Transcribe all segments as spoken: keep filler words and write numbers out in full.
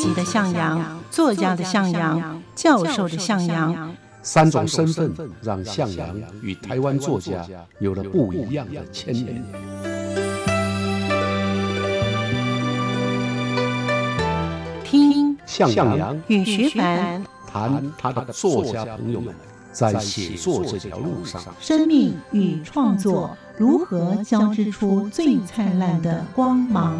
辑的向阳，作家的向阳，教授的向阳， 三种身份让向阳与台湾作家有了不一样的牵连。 听向阳与徐凡谈他的作家朋友们在写作这条路上， 生命与创作如何交织出最灿烂的光芒。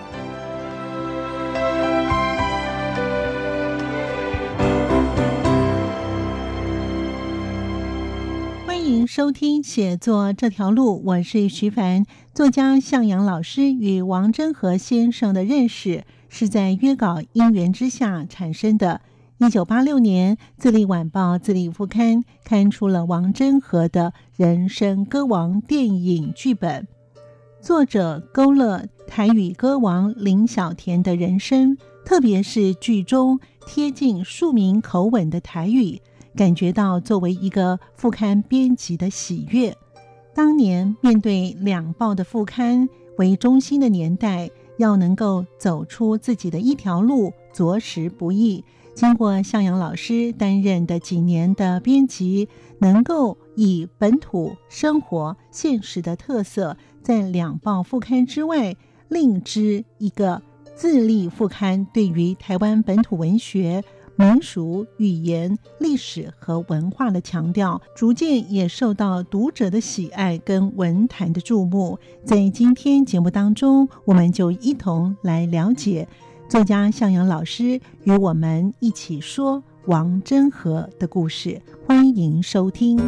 欢迎收听写作这条路，我是徐凡。作家向阳老师与王真和先生的认识是在约稿因缘之下产生的。一九八六年，自立晚报自立副刊刊出了王真和的人生歌王电影剧本，作者勾勒台语歌王林小田的人生，特别是剧中贴近庶民口吻的台语，感觉到作为一个副刊编辑的喜悦。当年面对两报的副刊为中心的年代，要能够走出自己的一条路，着实不易。经过向阳老师担任的几年的编辑，能够以本土生活现实的特色，在两报副刊之外另支一个自立副刊，对于台湾本土文学、民俗、语言、历史和文化的强调，逐渐也受到读者的喜爱跟文坛的注目。在今天节目当中，我们就一同来了解作家向阳老师与我们一起说王真和的故事。欢迎收听。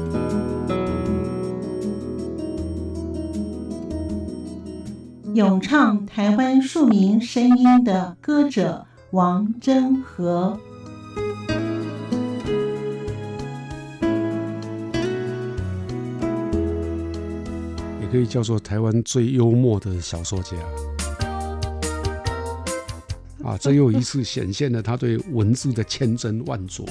咏唱台湾庶民声音的歌者王真和， 也可以叫做台湾最幽默的小说家啊，这又一次显现了他对文字的千真万琢。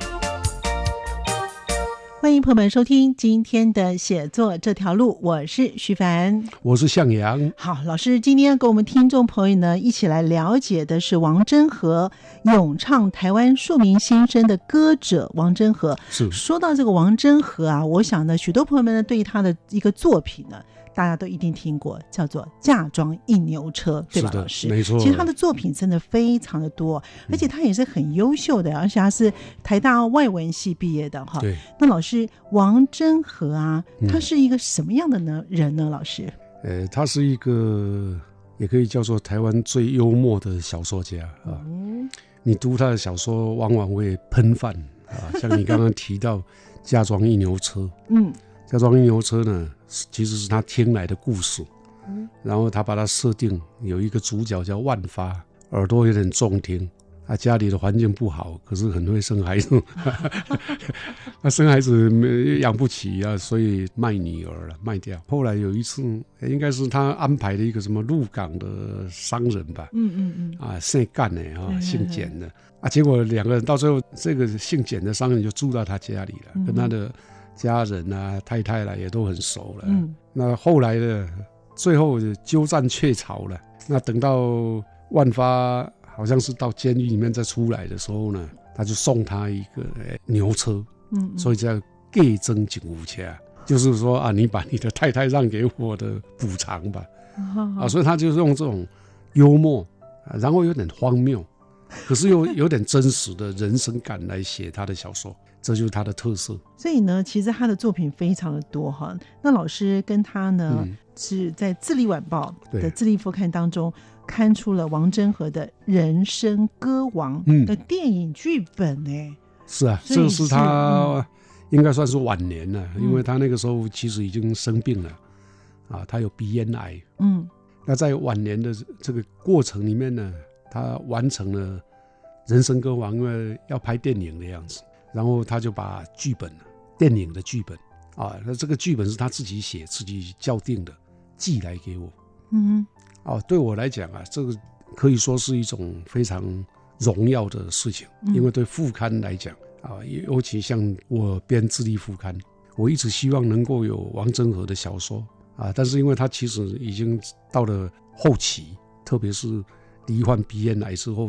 欢迎朋友们收听今天的写作这条路，我是徐凡， 我是向阳。 好，老师今天跟我们听众朋友呢一起来了解的是王真和，咏唱台湾庶民心声的歌者王真和。 是， 说到这个王真和啊，我想呢许多朋友们呢对他的一个作品呢大家都一定听过，叫做嫁妆印牛车，对吧老师？ 没错。 其实他的作品真的非常的多，而且他也是很优秀的，而且他是台大外文系毕业的哈。 对。 那老师，王真和啊，他是一个什么样的呢、嗯、人呢？老师？ 呃，他是一个也可以叫做台湾最幽默的小说家啊。嗯、你读他的小说，往往会喷饭啊，像你刚刚提到嫁妆印牛车，嗯。嫁妆印牛车呢，其实是他听来的故事，嗯、然后他把它设定有一个主角叫万发，耳朵有点重听，他家里的环境不好，可是很会生孩子，他生孩子养不起啊，所以卖女儿了，卖掉。后来有一次，应该是他安排的一个什么鹿港的商人吧，嗯嗯嗯，啊，姓干的啊，姓简的啊，结果两个人到最后，这个姓简的商人就住到他家里了，嗯、跟他的家人啊、太太啦也都很熟了。嗯，那后来呢，最后鸠占鹊巢了。那等到万发好像是到监狱里面再出来的时候呢，他就送他一个、欸、牛车，嗯，嗯，所以叫嫁妆警务车，就是说啊，你把你的太太让给我的补偿吧。哦、啊，所以他就是用这种幽默，啊、然后有点荒谬，可是又有点真实的人生感来写他的小说。这就是他的特色。 所以呢，其实他的作品非常的多哈。那老师跟他呢、嗯、是在自立晚报的自立副刊当中刊出了王真和的人生歌王的电影剧本呢、欸嗯。 是啊，这是他应该算是晚年了、嗯、因为他那个时候其实已经生病了啊，他有鼻咽癌。嗯，那在晚年的这个过程里面呢，他完成了人生歌王，因为要拍电影的样子。然后他就把剧本，电影的剧本啊，那这个剧本是他自己写、自己校订的，寄来给我。嗯，哦、啊，对我来讲啊，这个可以说是一种非常荣耀的事情，因为对副刊来讲啊，尤其像我编自立副刊，我一直希望能够有王真和的小说啊，但是因为他其实已经到了后期，特别是罹患鼻咽癌之后呢，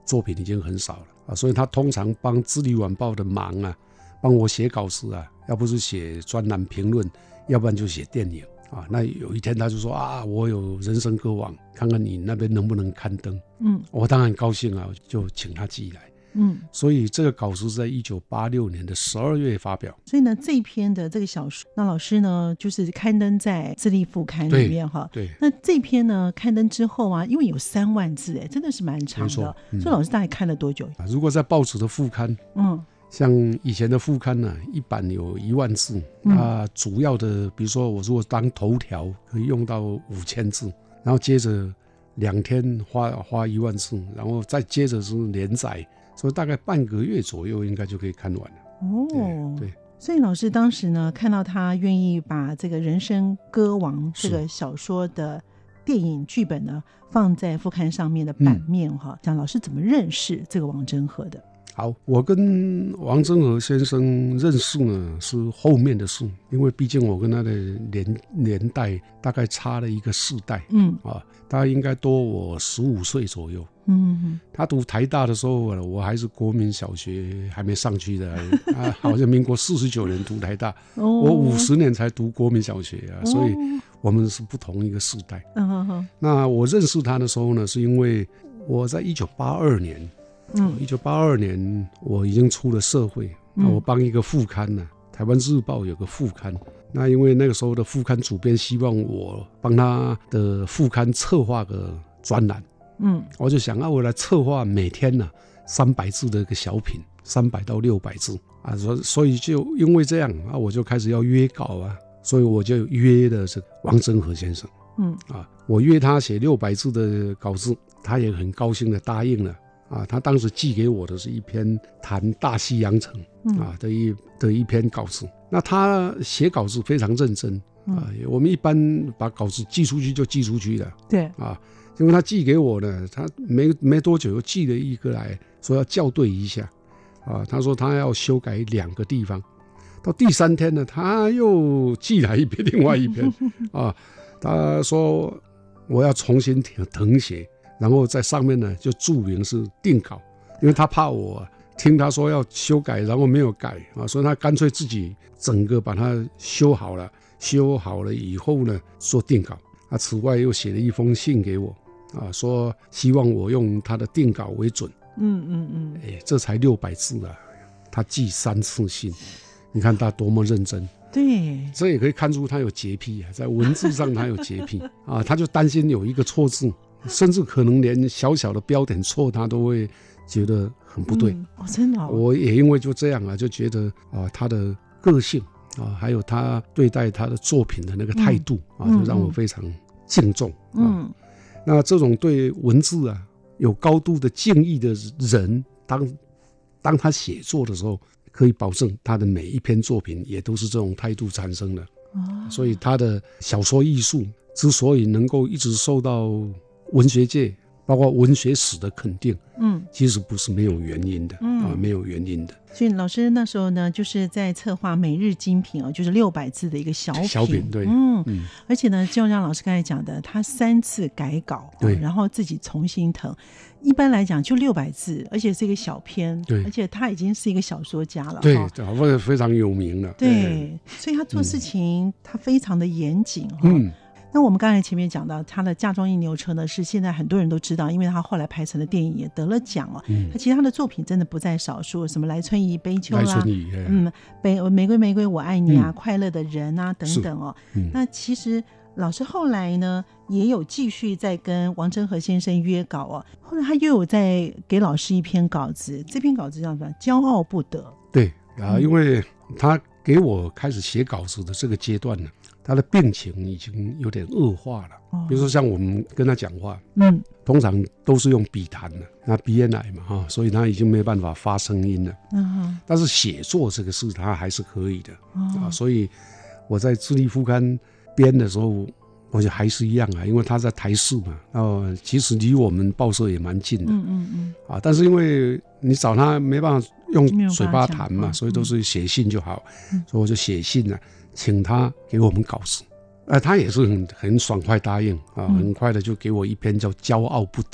作品已经很少了啊，所以他通常帮《智利晚报》的忙啊，帮我写稿子啊，要不是写专栏评论，要不然就写电影啊。那有一天他就说啊，我有人生歌网，看看你那边能不能刊登。嗯，我当然很高兴啊，就请他寄来。嗯，所以这个稿子是在一九八六年的十二月发表。 所以呢，这一篇的这个小说，那老师呢就是刊登在《智利副刊》里面哈。 对。 那这篇呢刊登之后啊，因为有三万字，哎，真的是蛮长的。嗯、所以老师大概看了多久？ 如果在报纸的副刊，嗯，像以前的副刊呢、啊，一版有一万字，嗯、啊，主要的比如说我如果当头条，可以用到五千字，然后接着两天花花一万字，然后再接着是连载。所以大概半个月左右应该就可以看完了。哦， 对， 对， 所以老师当时呢看到他愿意把这个人生歌王这个小说的电影剧本呢放在副刊上面的版面哈，讲、嗯、老师怎么认识这个王真和的？ 好，我跟王真和先生认识呢是后面的事，因为毕竟我跟他的年年代大概差了一个世代，嗯啊，他应该多我十五岁左右。嗯，他读台大的时候，我还是国民小学还没上去的，啊，好像民国四十九年读台大，哦、我五十年才读国民小学啊，哦、所以我们是不同一个世代。嗯哼哼。那我认识他的时候呢，是因为我在一九八二年。嗯，一九八二年我已经出了社会，那我帮一个副刊呢、啊，台湾日报有个副刊，那因为那个时候的副刊主编希望我帮他的副刊策划个专栏，嗯，我就想啊，我来策划每天呢三百字的一个小品，三百到六百字啊，所所以就因为这样啊，我就开始要约稿啊，所以我就约了这个王真和先生，嗯啊，我约他写六百字的稿子，他也很高兴的答应了。啊，他当时寄给我的是一篇谈大西洋城啊的一的一篇稿子。那他写稿子非常认真啊，我们一般把稿子寄出去就寄出去了。对啊，因为他寄给我呢，他没没多久又寄了一个来说要校对一下啊，他说他要修改两个地方。到第三天呢，他又寄来一篇另外一篇啊，他说我要重新誊写。然后在上面呢就注明是定稿，因为他怕我、啊、听他说要修改，然后没有改啊，所以他干脆自己整个把它修好了，修好了以后呢做定稿。啊，此外又写了一封信给我啊，说希望我用他的定稿为准。嗯嗯嗯，哎，这才六百字啊，他寄三次信，你看他多么认真。对，这也可以看出他有洁癖啊，在文字上他有洁癖啊，他就担心有一个错字。甚至可能连小小的标点错他都会觉得很不对、嗯、哦，真的、哦、我也因为就这样啊，就觉得啊他的个性啊，还有他对待他的作品的那个态度、嗯、啊，就让我非常敬重、嗯、啊。那这种对文字啊有高度的敬意的人，当当他写作的时候，可以保证他的每一篇作品也都是这种态度产生的、哦、所以他的小说艺术之所以能够一直受到文学界包括文学史的肯定，嗯，其实不是没有原因的，嗯啊，没有原因的。 所以老师那时候呢，就是在策划每日精品哦，就是六百字的一个小品， 小品对， 嗯嗯，而且呢，就像老师刚才讲的，他三次改稿，对、哦，然后自己重新誊。一般来讲就六百字，而且是一个小篇，对，而且他已经是一个小说家了， 对，非非常有名了， 对，对，所以他做事情、嗯、他非常的严谨，嗯。那我们刚才前面讲到他的嫁妆印牛车呢，是现在很多人都知道，因为他后来拍成了电影也得了奖哦。嗯，他其他的作品真的不在少数，什么来春怡悲秋啦，来春怡，嗯，玫玫瑰玫瑰我爱你啊、嗯，快乐的人啊等等哦。嗯、那其实老师后来呢也有继续在跟王真和先生约稿哦，后来他又有在给老师一篇稿子，这篇稿子叫什么？骄傲不得。 对啊，因为他给我开始写稿子的这个阶段呢。他的病情已经有点恶化了，哦、比如说像我们跟他讲话，嗯，通常都是用笔谈的，那鼻咽癌嘛哈，所以他已经没办法发声音了。嗯，但是写作这个事他还是可以的、哦、啊，所以我在智利副刊编的时候，我就还是一样啊，因为他在台视嘛，哦，其实离我们报社也蛮近的，嗯嗯嗯，啊，但是因为你找他没办法用嘴巴谈嘛，所以都是写信就好，嗯、所以我就写信了。请他给我们稿子，呃，他也是很很爽快答应啊，很快的就给我一篇叫《骄傲不得》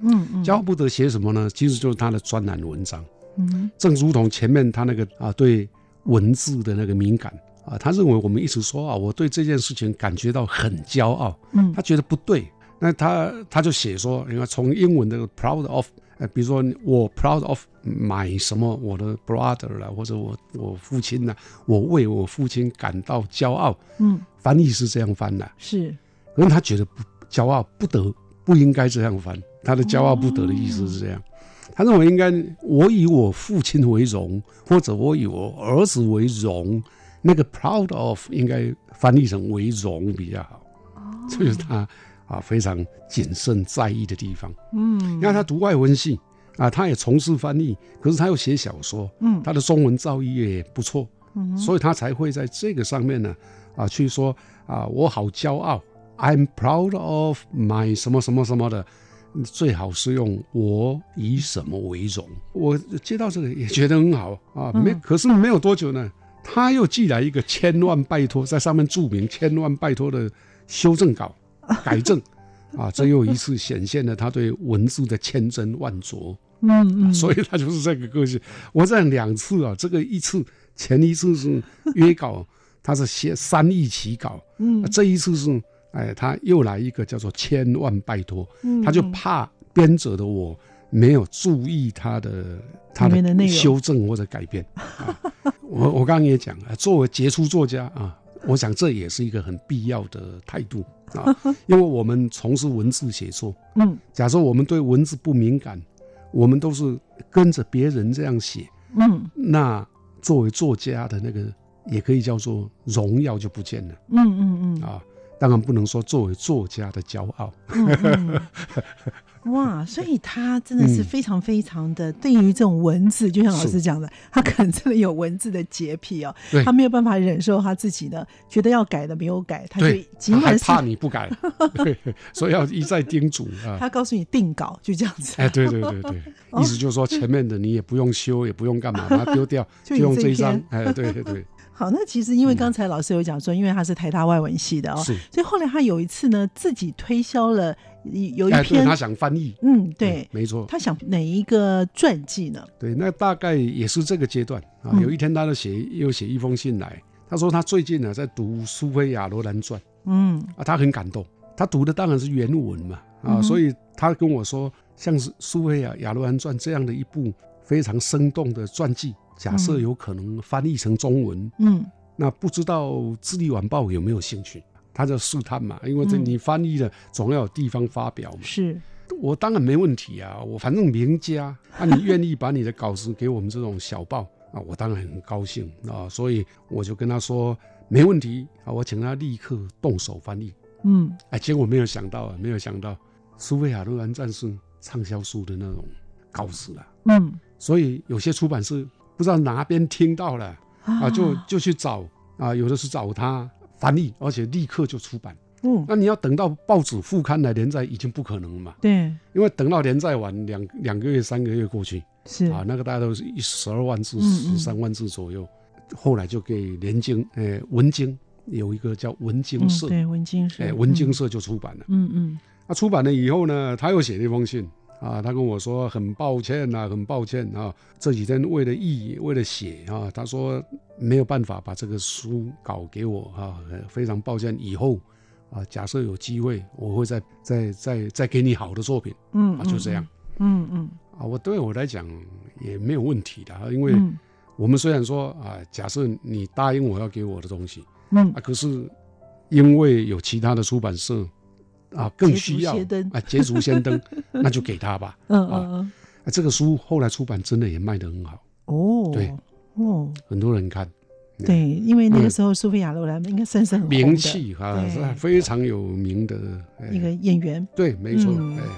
嗯嗯， 骄傲不得写什么呢？其实就是他的专栏文章。 嗯， 正如同前面他那个啊对文字的那个敏感啊，他认为我们一直说啊，我对这件事情感觉到很骄傲，嗯，他觉得不对，那他他就写说，你看从英文的 proud of， 呃，比如说我 proud of 买什么，我的 brother 啦，或者我我父亲啦，我为我父亲感到骄傲，嗯，翻译是这样翻的， 是， 可是他觉得不骄傲不得，不应该这样翻，他的骄傲不得的意思是这样。哦，他认为应该我以我父亲为荣，或者我以我儿子为荣，那个 proud of 应该翻译成为荣比较好。哦，这就是他啊非常谨慎在意的地方。嗯，你看他读外文系啊，他也从事翻译，可是他又写小说，嗯，他的中文造诣也不错，嗯，所以他才会在这个上面呢啊去说啊我好骄傲 ，I'm proud of my 什么什么什么的。最好是用我以什么为荣。我接到这个也觉得很好啊，没，可是没有多久呢，他又寄来一个千万拜托，在上面注明千万拜托的修正稿改正啊，这又一次显现了他对文字的千真万琢。嗯嗯，所以他就是这个个性。我这样两次啊，这个一次前一次是约稿，他是写三易起稿，嗯，这一次是。哎，他又来一个叫做千万拜托，嗯，他就怕编者的我没有注意他的他的修正或者改变。啊、我我刚刚也讲，作为杰出作家啊，我想这也是一个很必要的态度啊，因为我们从事文字写作，嗯，假设我们对文字不敏感，我们都是跟着别人这样写，嗯，那作为作家的那个也可以叫做荣耀就不见了，嗯嗯嗯啊。当然不能说作为作家的骄傲。嗯嗯哇，所以他真的是非常非常的、嗯、对于这种文字，就像老师讲的，他可能真的有文字的洁癖哦，他没有办法忍受他自己的觉得要改的没有改，他就尽管是他还怕你不改，对，所以要一再叮嘱啊。 他告诉你定稿就这样子， 哎，对对对对，意思就是说前面的你也不用修，也不用干嘛，把它丢掉，就用这一张，哎，对对对。 好，那其实因为刚才老师有讲说，因为他是台大外文系的哦，所以后来他有一次呢，自己推销了有一篇， 哎、他想翻译， 嗯，对， 嗯、没错， 他想哪一个传记呢？ 对，那大概也是这个阶段啊。有一天，他就写又写一封信来，他说他最近呢在读苏菲亚罗兰传，嗯，啊，他很感动，他读的当然是原文嘛，啊，嗯、所以他跟我说，像是苏菲亚亚罗兰传这样的一部非常生动的传记。假设有可能翻译成中文，嗯，那不知道智利晚报有没有兴趣？他就试探嘛，因为这你翻译了，总要有地方发表嘛。 是， 我当然没问题啊，我反正名家啊，你愿意把你的稿子给我们这种小报啊，我当然很高兴啊，所以我就跟他说没问题啊，我请他立刻动手翻译。嗯，哎，结果没有想到啊，没有想到苏菲亚罗兰战士畅销书的那种稿子啊，嗯，所以有些出版社。不知道哪边听到了啊，就就去找啊，有的是找他翻译，而且立刻就出版。嗯，那你要等到报纸副刊来连载，已经不可能了嘛。 对， 因为等到连载完两两个月、三个月过去， 是啊，那个大概都是十二万字、十三万字左右。嗯嗯后来就给联经，呃，文经有一个叫文经社， 嗯、对，文经社， 哎，文经社就出版了。嗯嗯，那、啊、出版了以后呢，他又写了一封信。啊，他跟我说很抱歉啊，很抱歉啊，这几天为了译，为了写啊，他说没有办法把这个书稿给我啊，非常抱歉，以后啊，假设有机会，我会再再再再给你好的作品，嗯，啊，就这样，嗯嗯，啊，我对我来讲也没有问题的，因为我们虽然说啊，假设你答应我要给我的东西，嗯，啊，可是因为有其他的出版社。啊，更需要啊，捷足先登，那就给他吧。嗯嗯嗯、啊，这个书后来出版真的也卖得很好。哦，对，哦，很多人看。 对，因为那个时候苏菲亚罗兰应该算是很红的名气啊，是非常有名的一个演员。 对，没错。嗯、哎。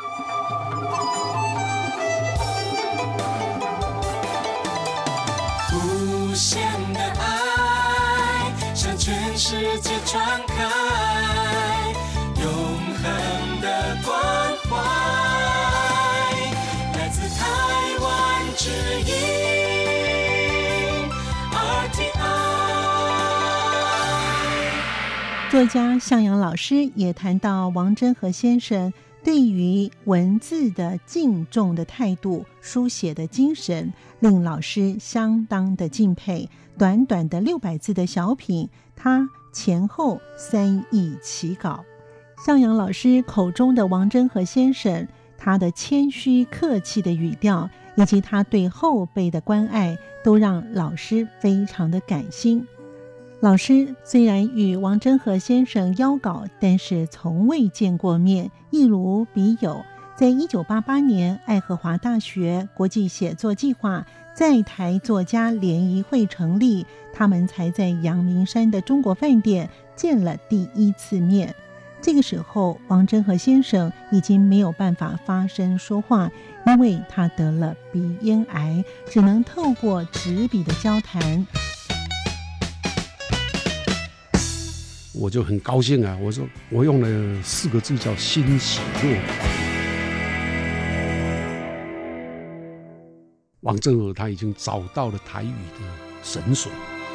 无限的爱向全世界传开。关怀来自台湾之音 R T I。 作家向阳老师也谈到王真和先生对于文字的敬重的态度，书写的精神，令老师相当的敬佩。短短的六百字的小品，他前后三易其稿。向阳老师口中的王真和先生，他的谦虚客气的语调，以及他对后辈的关爱，都让老师非常的感心。老师虽然与王真和先生邀稿，但是从未见过面，一如笔友。在一九八八年，爱荷华大学国际写作计划在台作家联谊会成立，他们才在阳明山的中国饭店见了第一次面。这个时候，王真和先生已经没有办法发声说话，因为他得了鼻咽癌，只能透过纸笔的交谈。 我就很高兴啊！我说我用了四个字叫欣喜若狂。王真和他已经找到了台语的神水。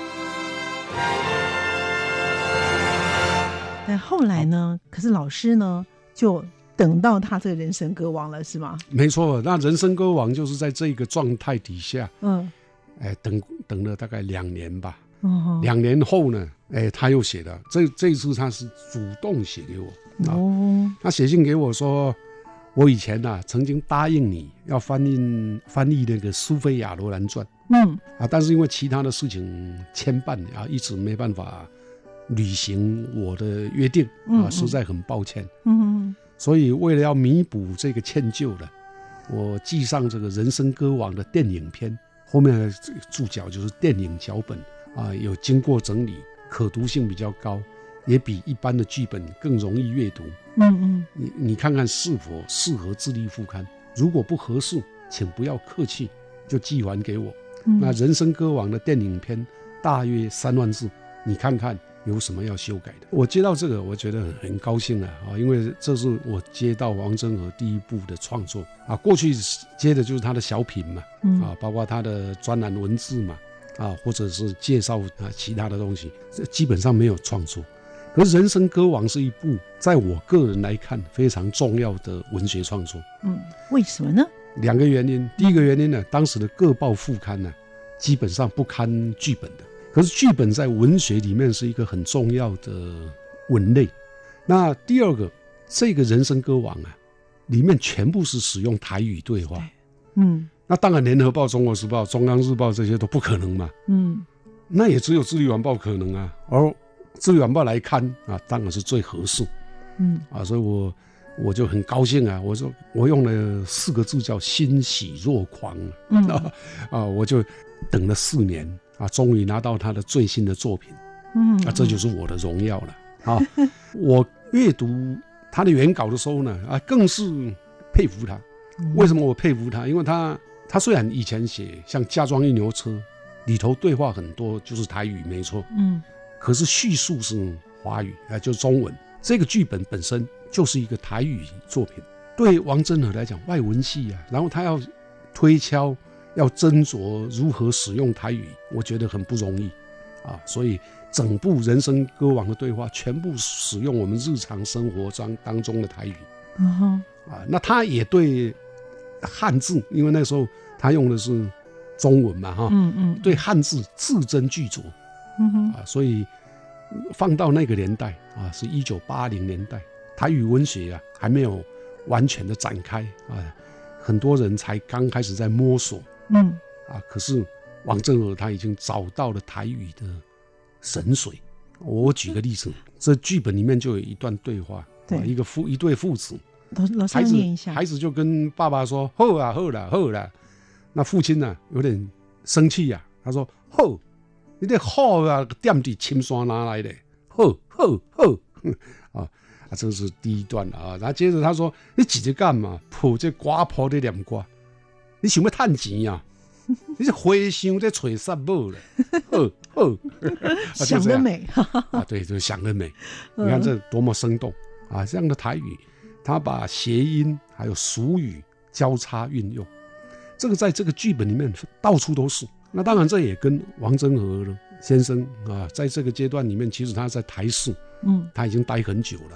但后来呢？可是老师呢，就等到他这个人生歌王了，是吗？ 没错，那人生歌王就是在这个状态底下，嗯，哎，等等了大概两年吧。哦，两年后呢，哎，他又写了，这这一次他是主动写给我。哦，他写信给我说，我以前啊曾经答应你要翻译翻译那个苏菲亚罗兰传，嗯啊，但是因为其他的事情牵绊啊，一直没办法履行我的约定啊，嗯嗯实在很抱歉。嗯嗯，所以为了要弥补这个歉疚了，我寄上这个人生歌王的电影片，后面的注脚就是电影脚本啊，有经过整理，可读性比较高，也比一般的剧本更容易阅读。嗯嗯，你你看看是否适合自立副刊，如果不合适，请不要客气，就寄还给我。嗯、那人生歌王的电影片大约三万字，你看看有什么要修改的。我接到这个，我觉得很高兴啊，因为这是我接到王真和第一部的创作啊。过去接的就是他的小品嘛，嗯、啊，包括他的专栏文字嘛，啊，或者是介绍啊其他的东西，基本上没有创作。可是人生歌王是一部在我个人来看非常重要的文学创作。嗯， 为什么呢？ 两个原因。第一个原因呢，当时的各报副刊呢，基本上不刊剧本的。可是剧本在文学里面是一个很重要的文类。那第二个，这个人生歌王啊，里面全部是使用台语对话。嗯，那当然联合报、中国时报、中央日报这些都不可能嘛。嗯，那也只有自立晚报可能啊。而自立晚报来看啊，当然是最合适。嗯啊，所以我我就很高兴啊。我说我用了四个字叫欣喜若狂。嗯啊, 啊，我就等了四年啊，终于拿到他的最新的作品。嗯啊，这就是我的荣耀了啊。我阅读他的原稿的时候呢，啊，更是佩服他。为什么我佩服他？因为他他虽然以前写像《嫁妆一牛车》里头对话很多，就是台语没错。嗯。可是叙述是华语啊，就是中文。这个剧本本身就是一个台语作品，对王真和来讲，外文系啊，然后他要推敲、要斟酌如何使用台语，我觉得很不容易啊。所以整部人生歌王的对话，全部使用我们日常生活当当中的台语。嗯、啊，那他也对汉字，因为那时候他用的是中文嘛，哈，嗯嗯，对汉字字斟句酌。嗯哼啊，所以放到那个年代啊，是一九八零年代，台语文学啊还没有完全的展开啊，很多人才刚开始在摸索。嗯啊，可是王真和他已经找到了台语的神水。我举个例子，这剧本里面就有一段对话，对、啊，一个父一对父子， 老师念一下， 孩子就跟爸爸说：“好啦，好啦，好啦。”那父亲呢、啊、有点生气呀、啊，他说：“好。”你这好啊，点伫青山哪来的？好好好啊！啊，这是第一段啊。然后接着他说：“你直接干嘛？抱这瓜婆在念瓜，你想要赚钱啊？你是花香在吹散步了？好好， 啊、想得美啊！对，就想得美。你看这多么生动啊！这样的台语，他把谐音还有俗语交叉运用，这个在这个剧本里面到处都是。那当然，这也跟王真和先生啊，在这个阶段里面，其实他在台视，嗯，他已经待很久了，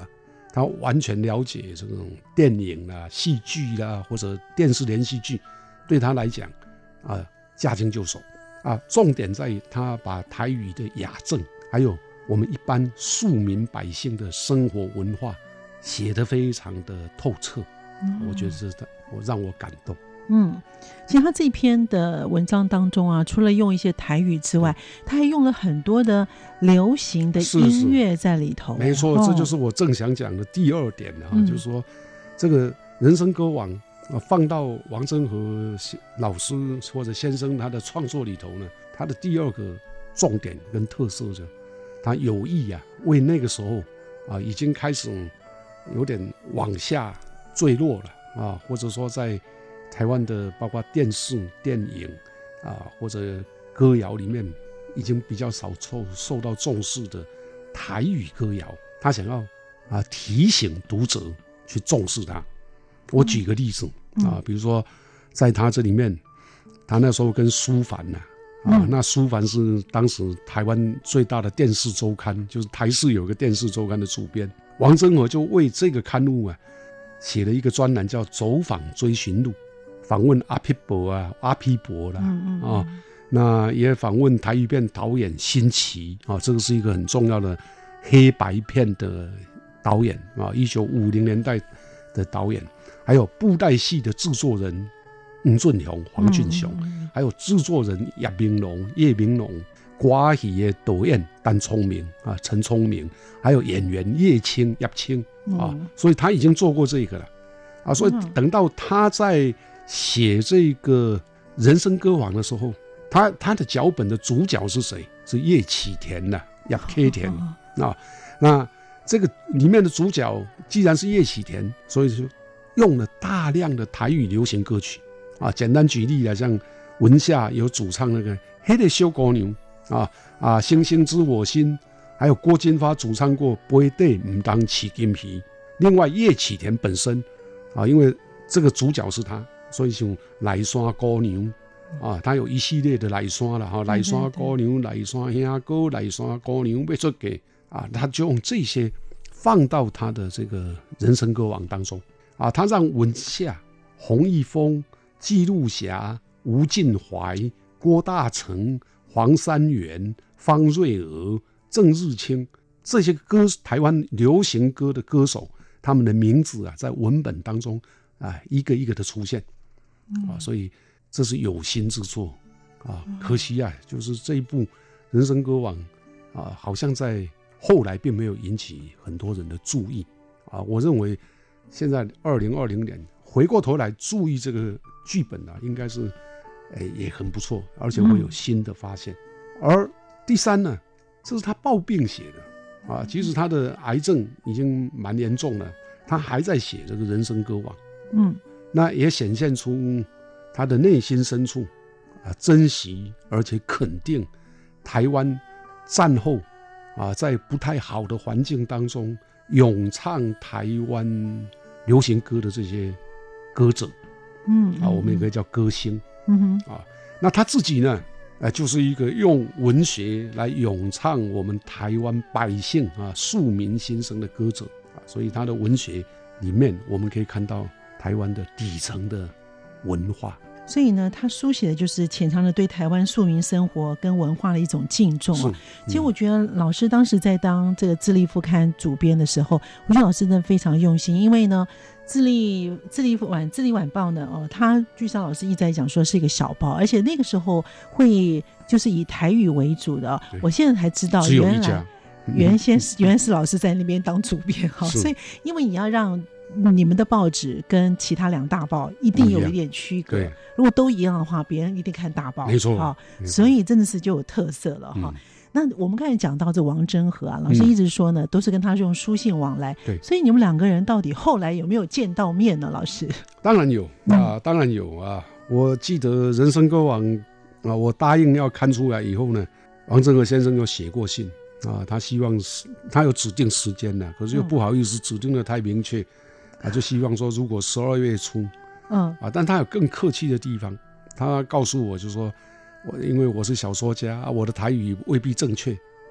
他完全了解这种电影啦、戏剧啦或者电视连续剧，对他来讲啊驾轻就熟啊。重点在于他把台语的雅正，还有我们一般庶民百姓的生活文化写得非常的透彻，嗯、我觉得这我让我感动。 嗯，其实他这篇的文章当中啊，除了用一些台语之外，他还用了很多的流行的音乐在里头。 是是没错、哦，这就是我正想讲的第二点啊，嗯、就是说这个人生歌王啊，放到王真和老师或者先生他的创作里头呢，他的第二个重点跟特色就是他有意啊，为那个时候啊已经开始有点往下坠落了啊，或者说在台湾的包括电视、电影啊，或者歌谣里面，已经比较少受受到重视的台语歌谣，他想要啊提醒读者去重视它。我举个例子、嗯、啊，比如说在他这里面，他那时候跟苏凡呢、啊，啊、嗯，那苏凡是当时台湾最大的电视周刊，就是台视有个电视周刊的主编，王真和就为这个刊物啊写了一个专栏，叫《走访追寻录》。访问阿皮伯啊、阿皮伯啦，嗯嗯嗯啊，那也访问台语片导演辛奇啊，这个是一个很重要的黑白片的导演啊，一九五零年代的导演，还有布袋戏的制作人吴俊雄、黄俊雄，嗯嗯嗯还有制作人叶明龙、叶明龙，歌戏的导演单聪明啊、陈聪明，还有演员叶青、叶青啊、嗯，所以他已经做过这个了啊，所以等到他在写这个人生歌王的时候，他他的脚本的主角是谁？是叶启田呐，叶启田啊。那这个里面的主角既然是叶启田，所以就用了大量的台语流行歌曲啊。简单举例来，像文夏有主唱那个《黑的小姑娘》啊啊，《星星知我心》，还有郭金发主唱过《杯底唔当起金皮》。另外叶启田本身啊，因为这个主角是他。所以像来山姑娘啊，他有一系列的来山了哈，来山姑娘、来山兄哥、来山姑娘要出嫁啊，他就用这些放到他的这个人生歌王当中啊，他让文夏、洪一峰、纪录侠、吴晋怀、郭大成、黄三元、方瑞娥、郑日清这些歌台湾流行歌的歌手，他们的名字啊，在文本当中啊，一个一个的出现。啊，所以这是有心之作啊，可惜啊，就是这一部《人生歌王》啊，好像在后来并没有引起很多人的注意啊。我认为现在二零二零年回过头来注意这个剧本啊，应该是诶也很不错，而且会有新的发现。嗯、而第三呢，这是他抱病写的啊，即使他的癌症已经蛮严重了，他还在写这个《人生歌王》。嗯。那也显现出他的内心深处啊，珍惜而且肯定台湾战后啊，在不太好的环境当中咏唱台湾流行歌的这些歌者，嗯啊，我们也可以叫歌星，嗯哼啊，那他自己呢，呃，就是一个用文学来咏唱我们台湾百姓啊庶民心声的歌者啊，所以他的文学里面我们可以看到台湾的底层的文化， 所以呢，他书写的就是潜藏着对台湾庶民生活跟文化的一种敬重啊。其实我觉得老师当时在当这个智利副刊主编的时候，我觉得老师真的非常用心，因为呢，智利智利晚智利晚报呢，哦，他据上老师一直在讲说是一个小报，而且那个时候会就是以台语为主的。我现在才知道，原来原先是原来是老师在那边当主编哈，所以因为你要让你们的报纸跟其他两大报一定有一点区隔，如果都一样的话，别人一定看大报， 没错、 哦、所以真的是就有特色了哈、嗯。那我们刚才讲到这王真和啊，老师一直说呢、嗯、都是跟他用书信往来，对，所以你们两个人到底后来有没有见到面呢？老师当然有啊、嗯，当然有啊。我记得人生歌王啊，我答应要刊出来以后呢，王真和先生有写过信啊，他希望他有指定时间呢，可是又不好意思指定的太明确。啊，就希望说，如果十二月初，嗯啊，但他有更客气的地方，他告诉我，就说，我因为我是小说家啊，我的台语未必正确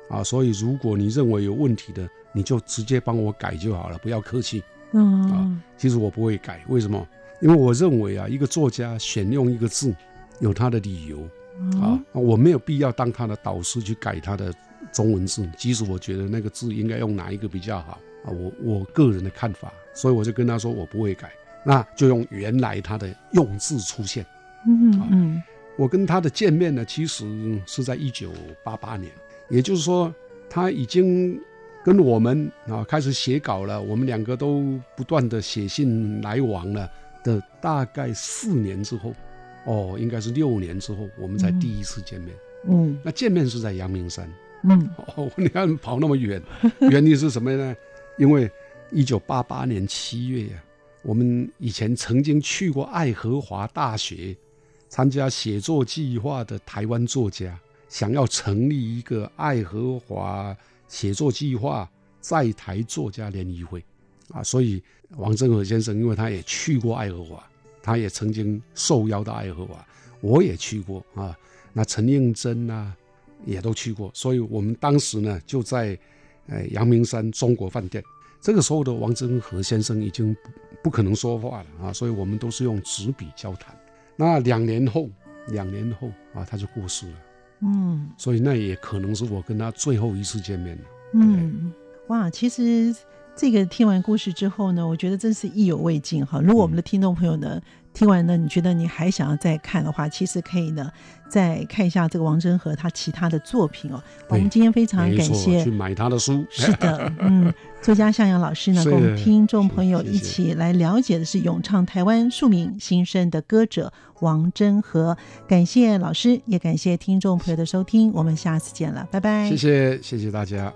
啊，所以如果你认为有问题的，你就直接帮我改就好了，不要客气。 嗯、 啊，其实我不会改，为什么？因为我认为啊，一个作家选用一个字有他的理由、嗯、啊，我没有必要当他的导师去改他的中文字，即使我觉得那个字应该用哪一个比较好啊，我我个人的看法，所以我就跟他说我不会改，那就用原来他的用字出现。 嗯嗯、啊， 我跟他的见面呢，其实是在一九八八年，也就是说他已经跟我们啊开始写稿了，我们两个都不断的写信来往了的大概四年之后，哦，应该是六年之后，我们才第一次见面。嗯，那见面是在阳明山。嗯，哦，你看跑那么远，原因是什么呢？因为一九八八年七月啊，我们以前曾经去过爱荷华大学参加写作计划的台湾作家，想要成立一个爱荷华写作计划在台作家联谊会啊，所以王真和先生因为他也去过爱荷华，他也曾经受邀到爱荷华，我也去过啊，那陈应真啊也都去过，所以我们当时呢就在呃阳明山中国饭店。这个时候的王真和先生已经 不, 不可能说话了啊，所以我们都是用纸笔交谈。那两年后，两年后啊他就过世了。嗯，所以那也可能是我跟他最后一次见面了。 嗯，哇，其实这个听完故事之后呢，我觉得真是意犹未尽哈。如果我们的听众朋友呢、嗯、听完呢，你觉得你还想要再看的话，其实可以呢再看一下这个王真和他其他的作品哦。我们今天非常感谢去买他的书。 是的，嗯，作家向阳老师呢，跟我们听众朋友一起来了解的是咏唱台湾庶民心声的歌者王真和。感谢老师，也感谢听众朋友的收听，我们下次见了，拜拜。 谢谢，谢谢大家。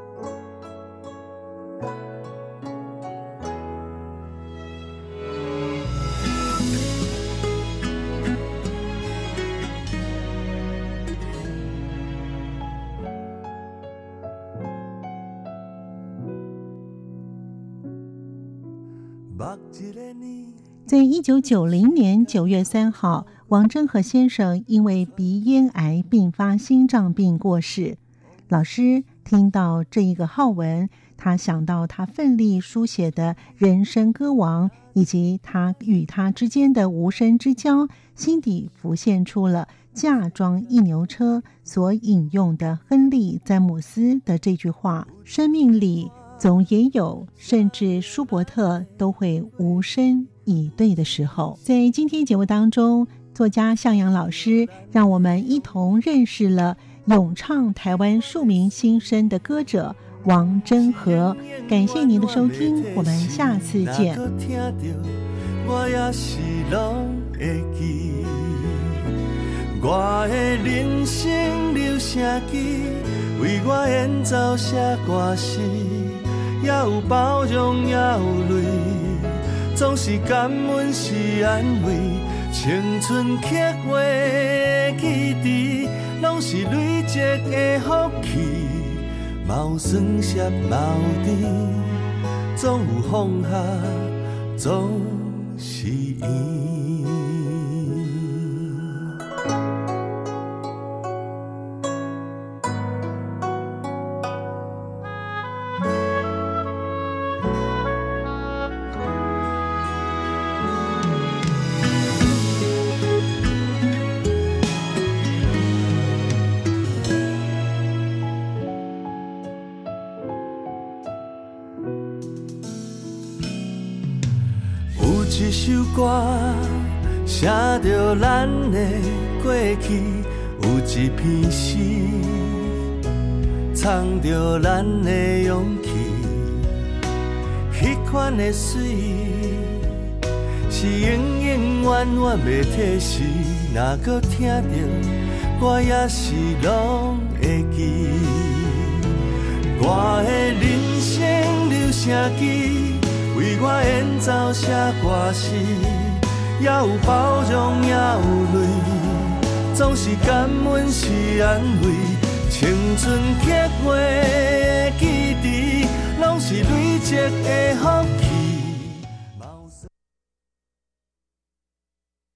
在一九九零年九月三号，王真和先生因为鼻咽癌并发心脏病过世。老师听到这一个号文，他想到他奋力书写的人生歌王，以及他与他之间的无声之交，心底浮现出了嫁妆一牛车所引用的亨利·詹姆斯的这句话：生命里总也有，甚至舒伯特都会无声以对的时候。在今天节目当中，作家向阳老师让我们一同认识了咏唱台湾庶民心声的歌者王真和。感谢您的收听，我们下次见。我也是拢会记，我的人生留声机，为我演奏写歌词，也有包容也有泪，总是感恩是安慰，青春刻画记忆，拢是累积的福气，嘛有酸涩嘛有甜，总有放下，总是缘。一首歌写着咱的过去，有一篇诗藏着咱的勇气，迄款的水是永永远远袂褪时，若搁听着我也是拢会记，我的人生留声机，为我演奏写歌词，也有包容也有泪，总是感恩是安慰，青春刻画的记忆，拢是累积的福气。